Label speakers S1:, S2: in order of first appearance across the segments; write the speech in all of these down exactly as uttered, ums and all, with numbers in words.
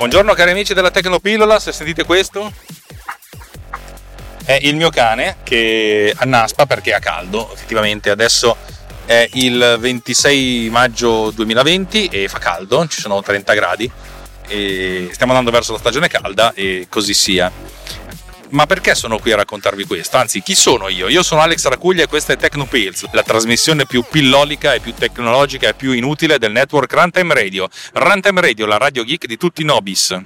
S1: Buongiorno cari amici della Tecnopillola, se sentite questo è il mio cane che annaspa perché ha caldo. Effettivamente adesso è il ventisei maggio duemilaventi e fa caldo, ci sono trenta gradi e stiamo andando verso la stagione calda e così sia. Ma perché sono qui a raccontarvi questo? Anzi, chi sono io? Io sono Alex Racuglia e questa è Tecnopills, la trasmissione più pillolica e più tecnologica e più inutile del network Runtime Radio. Runtime Radio, la radio geek di tutti i nobis.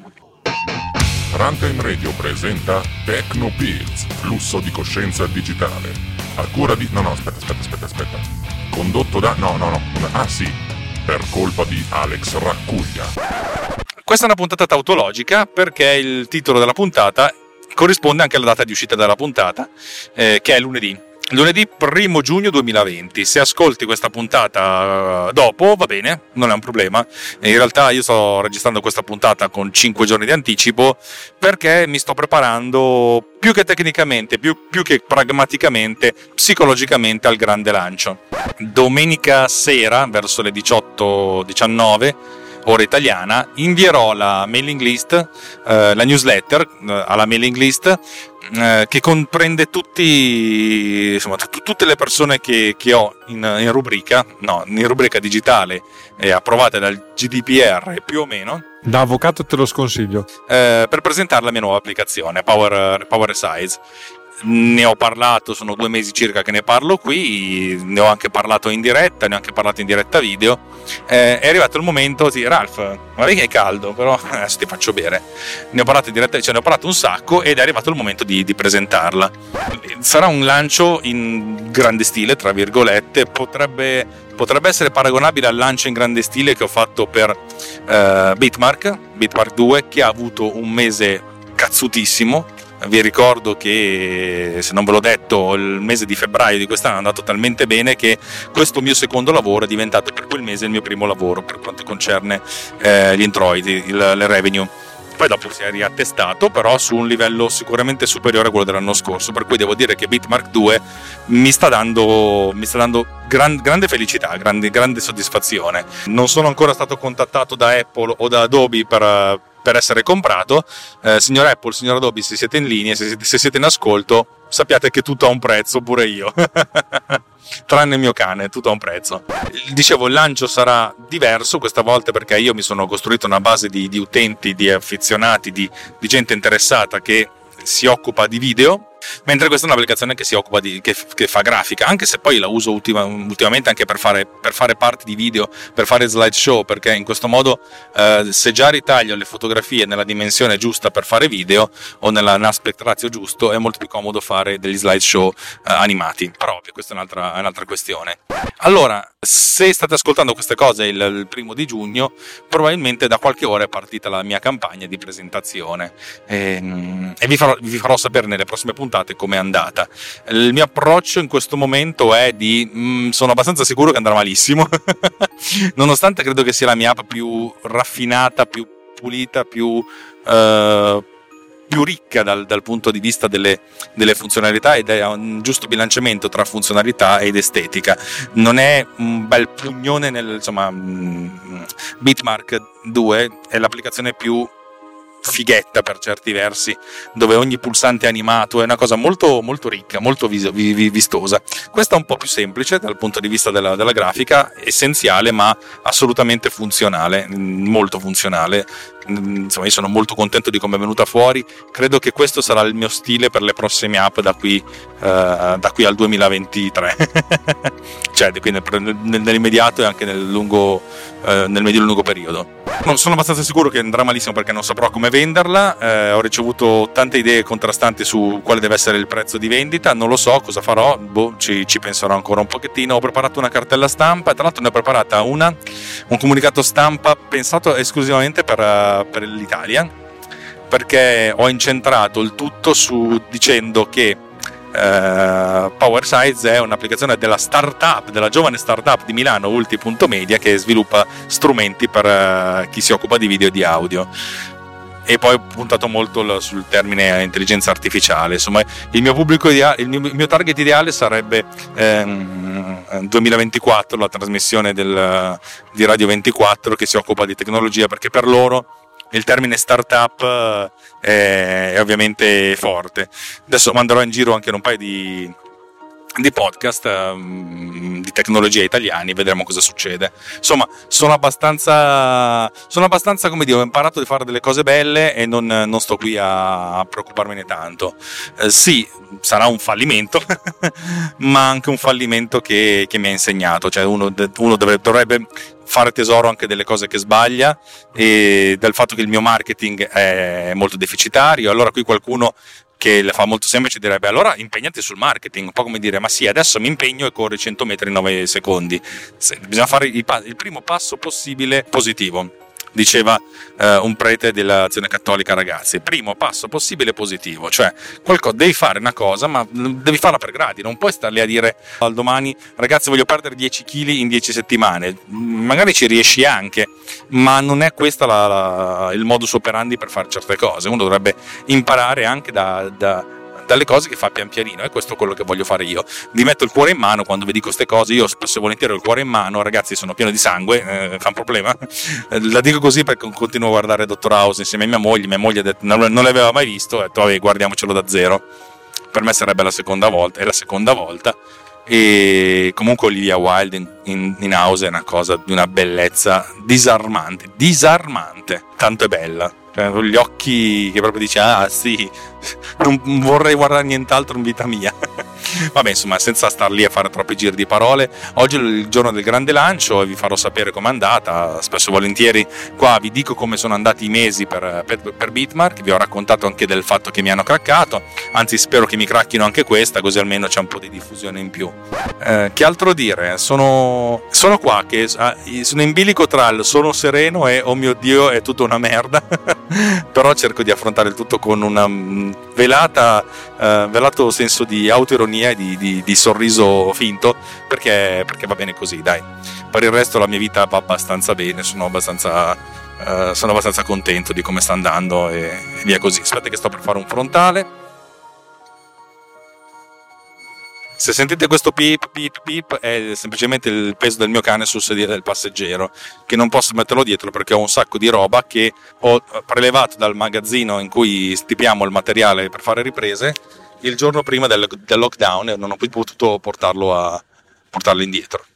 S2: Runtime Radio presenta Tecnopills, flusso di coscienza digitale. A cura di... No, no, aspetta, aspetta, aspetta, aspetta. Condotto da... No, no, no. Ah, sì. Per colpa di Alex Racuglia.
S1: Questa è una puntata tautologica perché il titolo della puntata corrisponde anche alla data di uscita della puntata, eh, che è lunedì. Lunedì primo giugno duemilaventi. Se ascolti questa puntata dopo, va bene, non è un problema. In realtà io sto registrando questa puntata con cinque giorni di anticipo perché mi sto preparando più che tecnicamente, più, più che pragmaticamente, psicologicamente al grande lancio. Domenica sera, verso le diciotto diciannove, ora italiana, invierò la mailing list, eh, la newsletter eh, alla mailing list, eh, che comprende tutti, insomma, t- tutte le persone che, che ho in, in rubrica, no, in rubrica digitale eh, approvate dal G D P R più o meno.
S3: Da avvocato te lo sconsiglio.
S1: Eh, per presentare la mia nuova applicazione, Power, Power Size. Ne ho parlato, sono due mesi circa che ne parlo qui, ne ho anche parlato in diretta, ne ho anche parlato in diretta video. Eh, è arrivato il momento, sì, Ralph, guarda che è caldo, però adesso ti faccio bere. Ne ho parlato in diretta, cioè ne ho parlato un sacco ed è arrivato il momento di, di presentarla. Sarà un lancio in grande stile, tra virgolette, potrebbe, potrebbe essere paragonabile al lancio in grande stile che ho fatto per eh, Bitmark, Bitmark due, che ha avuto un mese cazzutissimo. Vi ricordo che, se non ve l'ho detto, il mese di febbraio di quest'anno è andato talmente bene che questo mio secondo lavoro è diventato per quel mese il mio primo lavoro per quanto concerne eh, gli introiti, il, le revenue. Poi dopo si è riattestato, però su un livello sicuramente superiore a quello dell'anno scorso, per cui devo dire che Bitmark due mi sta dando, mi sta dando gran, grande felicità, grande, grande soddisfazione. Non sono ancora stato contattato da Apple o da Adobe per, per essere comprato. Eh, signor Apple, signor Adobe, se siete in linea, se siete, se siete in ascolto, sappiate che tutto ha un prezzo, pure io. Tranne il mio cane, tutto ha un prezzo. Dicevo, il lancio sarà diverso questa volta perché io mi sono costruito una base di, di utenti, di affezionati, di, di gente interessata che si occupa di video, mentre questa è un'applicazione che si occupa di che, che fa grafica, anche se poi la uso ultima, ultimamente anche per fare, per fare parti di video, per fare slideshow, perché in questo modo eh, se già ritaglio le fotografie nella dimensione giusta per fare video o nell'aspect ratio giusto, è molto più comodo fare degli slideshow eh, animati, però ovvio, questa è un'altra, è un'altra questione. Allora, se state ascoltando queste cose il, il primo di giugno, probabilmente da qualche ora è partita la mia campagna di presentazione e, e vi, farò, vi farò sapere nelle prossime puntate com'è andata. Il mio approccio in questo momento è di mh, sono abbastanza sicuro che andrà malissimo nonostante credo che sia la mia app più raffinata, più pulita, più uh, più ricca dal, dal punto di vista delle, delle funzionalità, ed è un giusto bilanciamento tra funzionalità ed estetica. Non è un bel pugnone nel, insomma, Bitmark due è l'applicazione più fighetta per certi versi, dove ogni pulsante è animato, è una cosa molto molto ricca, molto vis- vi- vistosa. Questa è un po' più semplice dal punto di vista della, della grafica, essenziale ma assolutamente funzionale, molto funzionale. Insomma, io sono molto contento di come è venuta fuori. Credo che questo sarà il mio stile per le prossime app da qui, uh, da qui al duemilaventitré cioè quindi nell'immediato e anche nel lungo, uh, nel medio e lungo periodo. Non sono abbastanza sicuro che andrà malissimo perché non saprò come venderla. Eh, ho ricevuto tante idee contrastanti su quale deve essere il prezzo di vendita, non lo so cosa farò, boh, ci, ci penserò ancora un pochettino. Ho preparato una cartella stampa e tra l'altro ne ho preparata una, un comunicato stampa pensato esclusivamente per, per l'Italia, perché ho incentrato il tutto su dicendo che Uh, Power Size è un'applicazione della startup, della giovane startup di Milano Ulti.media, che sviluppa strumenti per uh, chi si occupa di video e di audio. E poi ho puntato molto sul termine intelligenza artificiale. Insomma, il mio pubblico ideale, il mio, il mio target ideale sarebbe ehm, duemilaventiquattro, la trasmissione del, di Radio ventiquattro che si occupa di tecnologia, perché per loro il termine startup è, è ovviamente forte. Adesso manderò in giro anche un paio di di podcast um, di tecnologia italiani, vedremo cosa succede. Insomma, sono abbastanza sono abbastanza come dire, ho imparato a fare delle cose belle e non, non sto qui a, a preoccuparmene tanto. Eh, sì, sarà un fallimento ma anche un fallimento che, che mi ha insegnato, cioè uno, uno dovrebbe, dovrebbe fare tesoro anche delle cose che sbaglia e del fatto che il mio marketing è molto deficitario. Allora qui qualcuno che la fa molto semplice direbbe allora impegnati sul marketing, un po' come dire ma sì adesso mi impegno e corri cento metri in nove secondi. Bisogna fare il, il primo passo possibile positivo, diceva eh, un prete dell'Azione Cattolica Ragazzi, primo passo possibile positivo, cioè qualcosa, devi fare una cosa ma devi farla per gradi, non puoi star lì a dire al domani ragazzi voglio perdere dieci chili in dieci settimane, magari ci riesci anche ma non è questo la, la, il modus operandi per fare certe cose. Uno dovrebbe imparare anche da, da dalle cose che fa pian pianino, e questo è quello che voglio fare io. Vi metto il cuore in mano quando vi dico queste cose, io spesso e volentieri ho il cuore in mano, ragazzi sono pieno di sangue, eh, fa un problema, la dico così perché continuo a guardare Dottor House insieme a mia moglie, mia moglie ha detto, non, non l'aveva mai visto, ha detto vabbè guardiamocelo da zero, per me sarebbe la seconda volta, è la seconda volta. E comunque Olivia Wilde in, in, in House è una cosa di una bellezza disarmante, disarmante, tanto è bella, cioè, gli occhi che proprio dice ah sì, non vorrei guardare nient'altro in vita mia. Vabbè, insomma, senza star lì a fare troppi giri di parole, oggi è il giorno del grande lancio e vi farò sapere com'è andata. Spesso e volentieri qua vi dico come sono andati i mesi per, per, per Bitmark, vi ho raccontato anche del fatto che mi hanno craccato, anzi spero che mi cracchino anche questa, così almeno c'è un po' di diffusione in più. Eh, che altro dire? Sono, sono qua che sono in bilico tra il sono sereno e oh mio Dio è tutta una merda, però cerco di affrontare il tutto con una velata, eh, velato senso di autoironia e di, di, di sorriso finto, perché, perché va bene così, dai. Per il resto la mia vita va abbastanza bene, sono abbastanza, eh, sono abbastanza contento di come sta andando e, e via così. Aspetta che sto per fare un frontale. Se sentite questo pip pip pip è semplicemente il peso del mio cane sul sedile del passeggero, che non posso metterlo dietro perché ho un sacco di roba che ho prelevato dal magazzino in cui stipiamo il materiale per fare riprese il giorno prima del, del lockdown e non ho più potuto portarlo, a, portarlo indietro.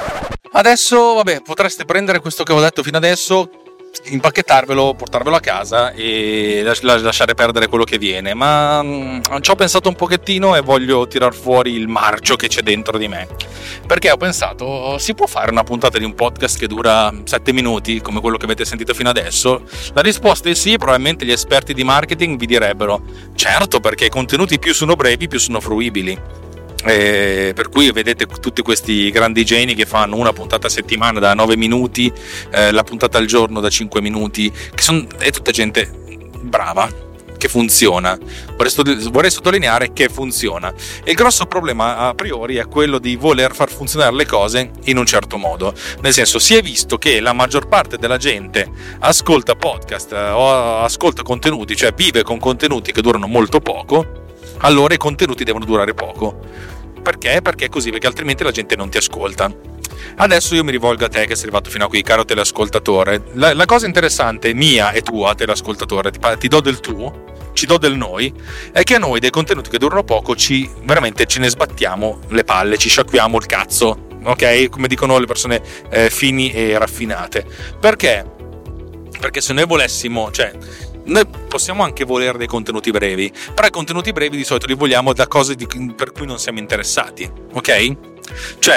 S1: Adesso vabbè, potreste prendere questo che ho detto fino adesso, impacchettarvelo, portarvelo a casa e lasciare perdere quello che viene, ma mh, ci ho pensato un pochettino e voglio tirar fuori il marcio che c'è dentro di me, perché ho pensato si può fare una puntata di un podcast che dura sette minuti come quello che avete sentito fino adesso? La risposta è sì. Probabilmente gli esperti di marketing vi direbbero certo, perché i contenuti più sono brevi più sono fruibili. Eh, per cui vedete tutti questi grandi geni che fanno una puntata a settimana da nove minuti, eh, la puntata al giorno da cinque minuti, che son, è tutta gente brava, che funziona. Vorrei, vorrei sottolineare che funziona. Il grosso problema a priori è quello di voler far funzionare le cose in un certo modo, nel senso, si è visto che la maggior parte della gente ascolta podcast o ascolta contenuti, cioè vive con contenuti che durano molto poco, allora i contenuti devono durare poco. Perché? Perché è così, perché altrimenti la gente non ti ascolta. Adesso io mi rivolgo a te che sei arrivato fino a qui, caro teleascoltatore. La, la cosa interessante mia e tua, teleascoltatore, ti, ti do del tu, ci do del noi, è che a noi dei contenuti che durano poco ci veramente ce ne sbattiamo le palle, ci sciacquiamo il cazzo, ok? Come dicono le persone eh, fini e raffinate. Perché? Perché se noi volessimo, cioè noi possiamo anche volere dei contenuti brevi, però i contenuti brevi di solito li vogliamo da cose di, per cui non siamo interessati, ok? Cioè,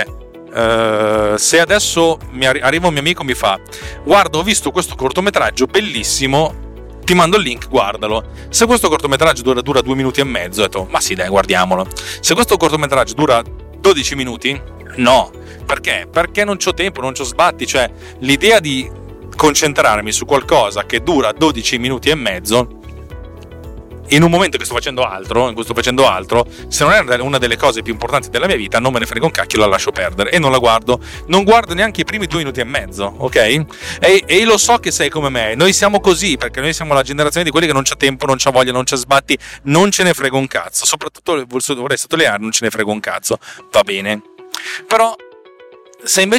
S1: uh, se adesso mi arri- arriva un mio amico e mi fa guarda, ho visto questo cortometraggio bellissimo, ti mando il link, guardalo. Se questo cortometraggio dura, dura due minuti e mezzo, ho detto ma sì dai, guardiamolo. Se questo cortometraggio dura dodici minuti, no. Perché? Perché non c'ho tempo, non c'ho sbatti, cioè l'idea di concentrarmi su qualcosa che dura dodici minuti e mezzo in un momento che sto facendo altro, in cui sto facendo altro, se non è una delle cose più importanti della mia vita, non me ne frega un cacchio, la lascio perdere e non la guardo, non guardo neanche i primi due minuti e mezzo, ok? E, e lo so che sei come me, noi siamo così, perché noi siamo la generazione di quelli che non c'ha tempo, non c'ha voglia, non c'ha sbatti, non ce ne frega un cazzo, soprattutto vorrei sottolineare, non ce ne frega un cazzo, va bene, però se invece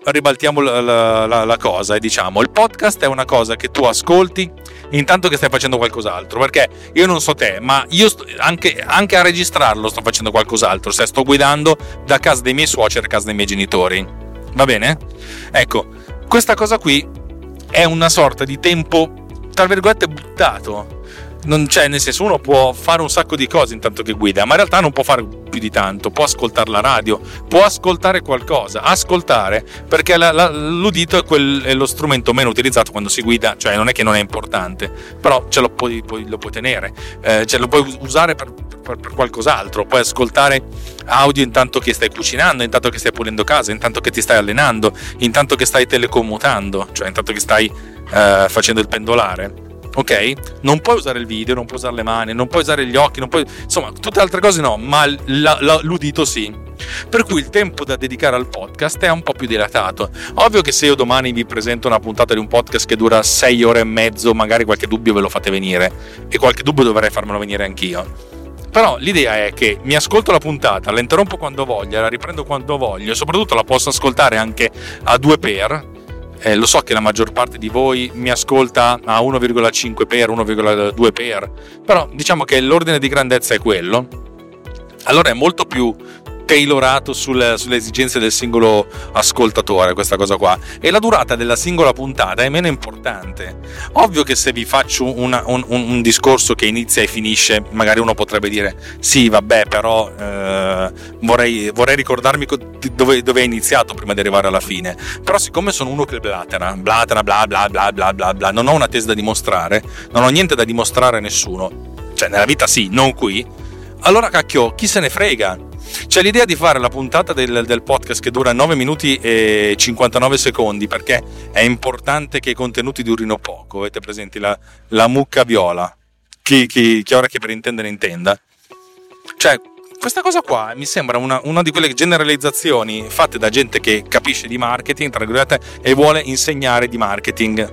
S1: ribaltiamo la, la, la, la cosa e diciamo: il podcast è una cosa che tu ascolti intanto che stai facendo qualcos'altro, perché io non so te, ma io sto, anche, anche a registrarlo sto facendo qualcos'altro, se sto guidando da casa dei miei suoceri a casa dei miei genitori, va bene? Ecco, questa cosa qui è una sorta di tempo tra virgolette buttato. Non c'è, nel senso, uno può fare un sacco di cose intanto che guida, ma in realtà non può fare più di tanto. Può ascoltare la radio, può ascoltare qualcosa, ascoltare, perché la, la, l'udito è, quel, è lo strumento meno utilizzato quando si guida. Cioè non è che non è importante, però ce lo puoi, puoi, lo puoi tenere, eh, cioè lo puoi usare per, per, per qualcos'altro. Puoi ascoltare audio intanto che stai cucinando, intanto che stai pulendo casa, intanto che ti stai allenando, intanto che stai telecommutando, cioè intanto che stai eh, facendo il pendolare. Ok? Non puoi usare il video, non puoi usare le mani, non puoi usare gli occhi, non puoi, insomma, tutte le altre cose no, ma la, la, l'udito sì. Per cui il tempo da dedicare al podcast è un po' più dilatato. Ovvio che se io domani vi presento una puntata di un podcast che dura sei ore e mezzo, magari qualche dubbio ve lo fate venire, e qualche dubbio dovrei farmelo venire anch'io. Però l'idea è che mi ascolto la puntata, la interrompo quando voglio, la riprendo quando voglio, e soprattutto la posso ascoltare anche a due per. Eh, lo so che la maggior parte di voi mi ascolta a uno virgola cinque per, uno virgola due per, però diciamo che l'ordine di grandezza è quello. Allora è molto più tailorato sulle, sulle esigenze del singolo ascoltatore questa cosa qua, e la durata della singola puntata è meno importante. Ovvio che se vi faccio una, un, un discorso che inizia e finisce, magari uno potrebbe dire sì vabbè, però eh, vorrei, vorrei ricordarmi dove, dove è iniziato prima di arrivare alla fine. Però siccome sono uno che blatera blatera bla bla bla bla bla bla, non ho una tesi da dimostrare, non ho niente da dimostrare a nessuno, cioè nella vita sì, non qui, allora cacchio, chi se ne frega. C'è l'idea di fare la puntata del, del podcast che dura nove minuti e cinquantanove secondi, perché è importante che i contenuti durino poco. Avete presenti la, la mucca viola? Chi, chi, chi ora che per intendere intenda. Cioè, questa cosa qua mi sembra una, una di quelle generalizzazioni fatte da gente che capisce di marketing, tra virgolette, e vuole insegnare di marketing.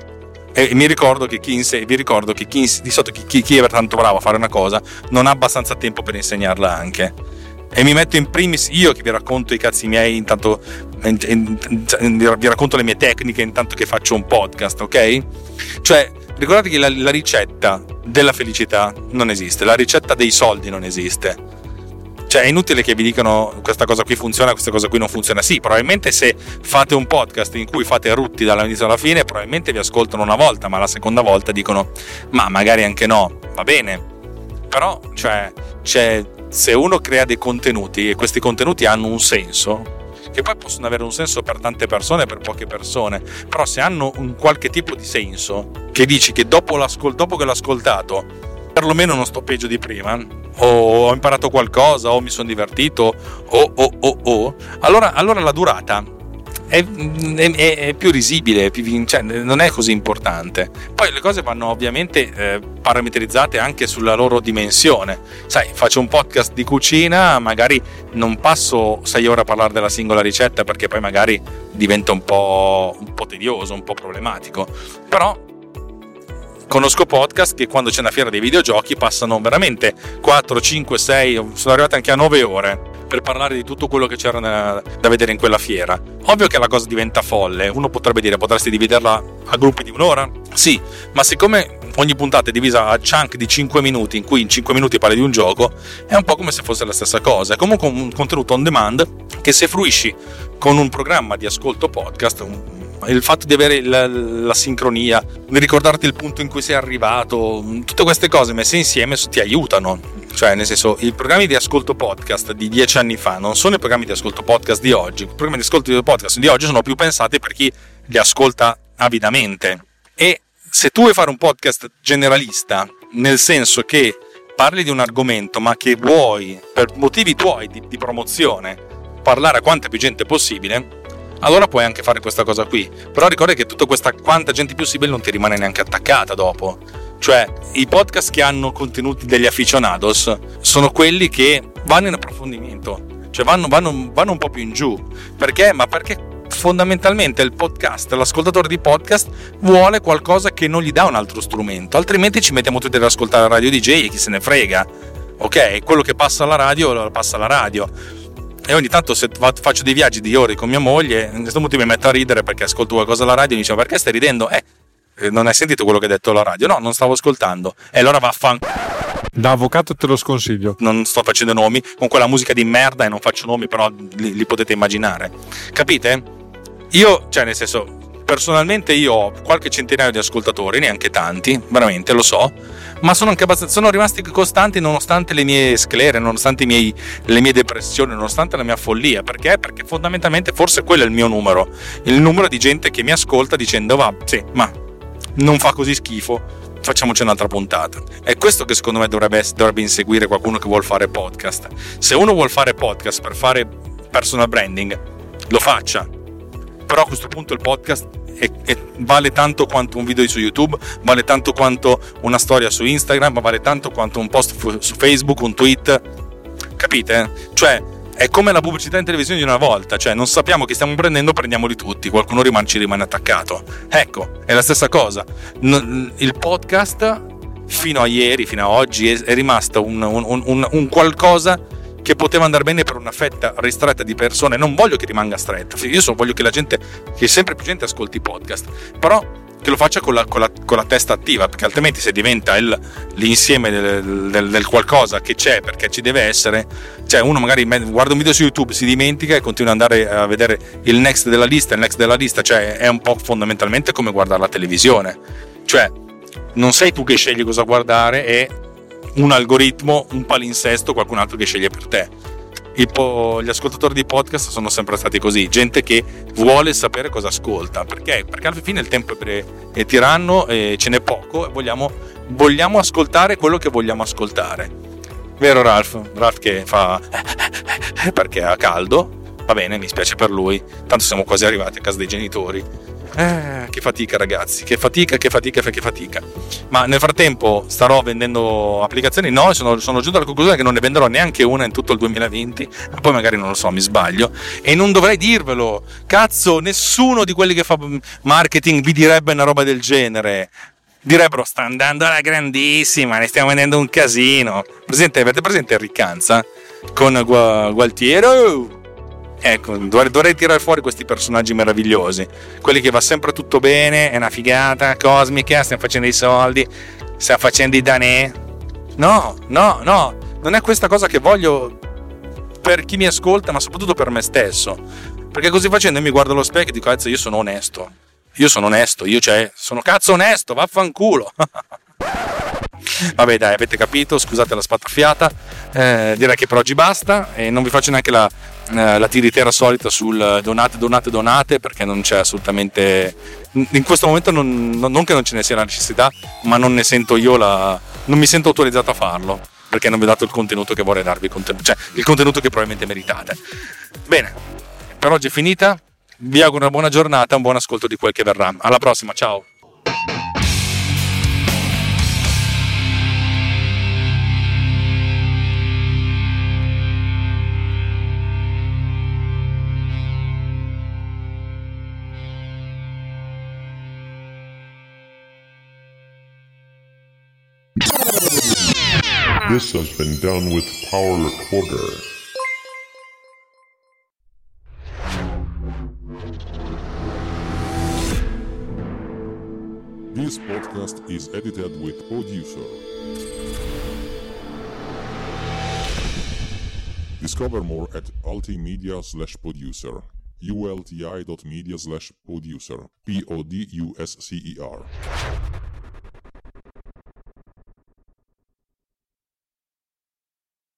S1: E mi ricordo che chi inse- vi ricordo che chi, di solito chi, chi, chi è tanto bravo a fare una cosa non ha abbastanza tempo per insegnarla anche. E mi metto in primis io che vi racconto i cazzi miei, intanto in, in, in, vi racconto le mie tecniche intanto che faccio un podcast, ok? Cioè, ricordate che la, la ricetta della felicità non esiste, la ricetta dei soldi non esiste. Cioè è inutile che vi dicano questa cosa qui funziona, questa cosa qui non funziona. Sì, probabilmente se fate un podcast in cui fate rutti dall'inizio alla fine, probabilmente vi ascoltano una volta, ma la seconda volta dicono ma magari anche no, va bene. Però, cioè, c'è se uno crea dei contenuti e questi contenuti hanno un senso, che poi possono avere un senso per tante persone e per poche persone, però se hanno un qualche tipo di senso, che dici che dopo, l'ascol- dopo che l'ho ascoltato perlomeno non sto peggio di prima, o ho imparato qualcosa, o mi sono divertito, o o o o allora, allora la durata È, è, è più risibile, più, cioè, non è così importante. Poi le cose vanno ovviamente eh, parametrizzate anche sulla loro dimensione. Sai, faccio un podcast di cucina, magari non passo sei ore a parlare della singola ricetta perché poi magari diventa un po', un po' tedioso, un po' problematico. Però conosco podcast che quando c'è una fiera dei videogiochi passano veramente quattro, cinque, sei, sono arrivati anche a nove ore per parlare di tutto quello che c'era da vedere in quella fiera. Ovvio che la cosa diventa folle. Uno potrebbe dire potresti dividerla a gruppi di un'ora? Sì, ma siccome ogni puntata è divisa a chunk di cinque minuti in cui in cinque minuti parli di un gioco, è un po' come se fosse la stessa cosa. È comunque un contenuto on demand che se fruisci con un programma di ascolto podcast, il fatto di avere la, la sincronia, di ricordarti il punto in cui sei arrivato, tutte queste cose messe insieme ti aiutano. Cioè, nel senso, i programmi di ascolto podcast di dieci anni fa non sono i programmi di ascolto podcast di oggi. I programmi di ascolto podcast di oggi sono più pensati per chi li ascolta avidamente. E se tu vuoi fare un podcast generalista, nel senso che parli di un argomento ma che vuoi, per motivi tuoi di, di promozione, parlare a quanta più gente possibile, allora puoi anche fare questa cosa qui. Però ricorda che tutta questa quanta gente possibile non ti rimane neanche attaccata dopo. Cioè, i podcast che hanno contenuti degli aficionados sono quelli che vanno in approfondimento, cioè vanno, vanno, vanno un po' più in giù. Perché? Ma perché fondamentalmente il podcast, l'ascoltatore di podcast vuole qualcosa che non gli dà un altro strumento, altrimenti ci mettiamo tutti ad ascoltare la radio D J e chi se ne frega. Ok? Quello che passa alla radio, lo passa alla radio. e ogni tanto se faccio dei viaggi di ore con mia moglie, in questo motivo mi metto a ridere perché ascolto qualcosa alla radio e mi dice: perché stai ridendo? Eh, non hai sentito quello che ha detto alla radio? No, non stavo ascoltando. E allora vaffan.
S3: Da avvocato te lo sconsiglio.
S1: Non sto facendo nomi con quella musica di merda e non faccio nomi, però li, li potete immaginare. Capite? Io, cioè nel senso, personalmente io ho qualche centinaio di ascoltatori, neanche tanti, veramente, lo so, ma sono anche abbastanza, sono rimasti costanti nonostante le mie sclere, nonostante i miei, le mie depressioni, nonostante la mia follia. Perché? Perché fondamentalmente forse quello è il mio numero, il numero di gente che mi ascolta dicendo: va, sì, ma non fa così schifo, facciamoci un'altra puntata. È questo che secondo me dovrebbe, dovrebbe inseguire qualcuno che vuol fare podcast. Se uno vuol fare podcast per fare personal branding, lo faccia, però a questo punto il podcast è, è, vale tanto quanto un video su YouTube, vale tanto quanto una storia su Instagram, ma vale tanto quanto un post fu, su Facebook, un tweet. Capite? Cioè è come la pubblicità in televisione di una volta, cioè non sappiamo chi stiamo prendendo, prendiamoli tutti, qualcuno rimane, ci rimane attaccato. Ecco, è la stessa cosa. Il podcast fino a ieri, fino a oggi, è, è rimasto un, un, un, un qualcosa che poteva andare bene per una fetta ristretta di persone. Non voglio che rimanga stretta, io so, voglio che la gente, che sempre più gente ascolti i podcast, però che lo faccia con la, con la, con la testa attiva, perché altrimenti se diventa il, l'insieme del, del, del qualcosa che c'è perché ci deve essere, cioè uno magari guarda un video su YouTube, si dimentica e continua ad andare a vedere il next della lista, il next della lista, cioè è un po' fondamentalmente come guardare la televisione, cioè non sei tu che scegli cosa guardare, è un algoritmo, un palinsesto, qualcun altro che sceglie per te. Po- gli ascoltatori di podcast sono sempre stati così, gente che vuole sapere cosa ascolta. Perché? Perché alla fine il tempo è, pre- è tiranno e ce n'è poco e vogliamo, vogliamo ascoltare quello che vogliamo ascoltare. Vero Ralph? Ralph che fa perché ha caldo, va bene, mi spiace per lui, tanto siamo quasi arrivati a casa dei genitori. Eh, che fatica ragazzi, che fatica, che fatica, che fatica. Ma nel frattempo starò vendendo applicazioni? No, sono, sono giunto alla conclusione che non ne venderò neanche una in tutto il duemilaventi. Poi magari non lo so, mi sbaglio e non dovrei dirvelo. Cazzo, nessuno di quelli che fa marketing vi direbbe una roba del genere. Direbbero: sta andando alla grandissima, ne stiamo vendendo un casino. Presente, avete presente Riccanza con Gu- Gualtiero? Ecco, dovrei, dovrei tirare fuori questi personaggi meravigliosi, quelli che va sempre tutto bene, è una figata cosmica, stiamo facendo i soldi, stiamo facendo i danè. No, no, no, non è questa cosa che voglio per chi mi ascolta, ma soprattutto per me stesso, perché così facendo io mi guardo allo specchio e dico: cazzo, io sono onesto, io sono onesto, io cioè, sono cazzo onesto, vaffanculo. Vabbè dai, avete capito, scusate la spattafiata, eh, direi che per oggi basta e non vi faccio neanche la, eh, la tiritera solita sul donate, donate, donate, perché non c'è assolutamente, in questo momento non, non che non ce ne sia la necessità, ma non ne sento io la, non mi sento autorizzato a farlo, perché non vi ho dato il contenuto che vorrei darvi, cioè il contenuto che probabilmente meritate. Bene, per oggi è finita, vi auguro una buona giornata, un buon ascolto di quel che verrà. Alla prossima, ciao!
S2: This has been done with Power Recorder. This podcast is edited with Producer. Discover more at ultimedia slash producer. ulti dot media slash producer. P O D U S C E R.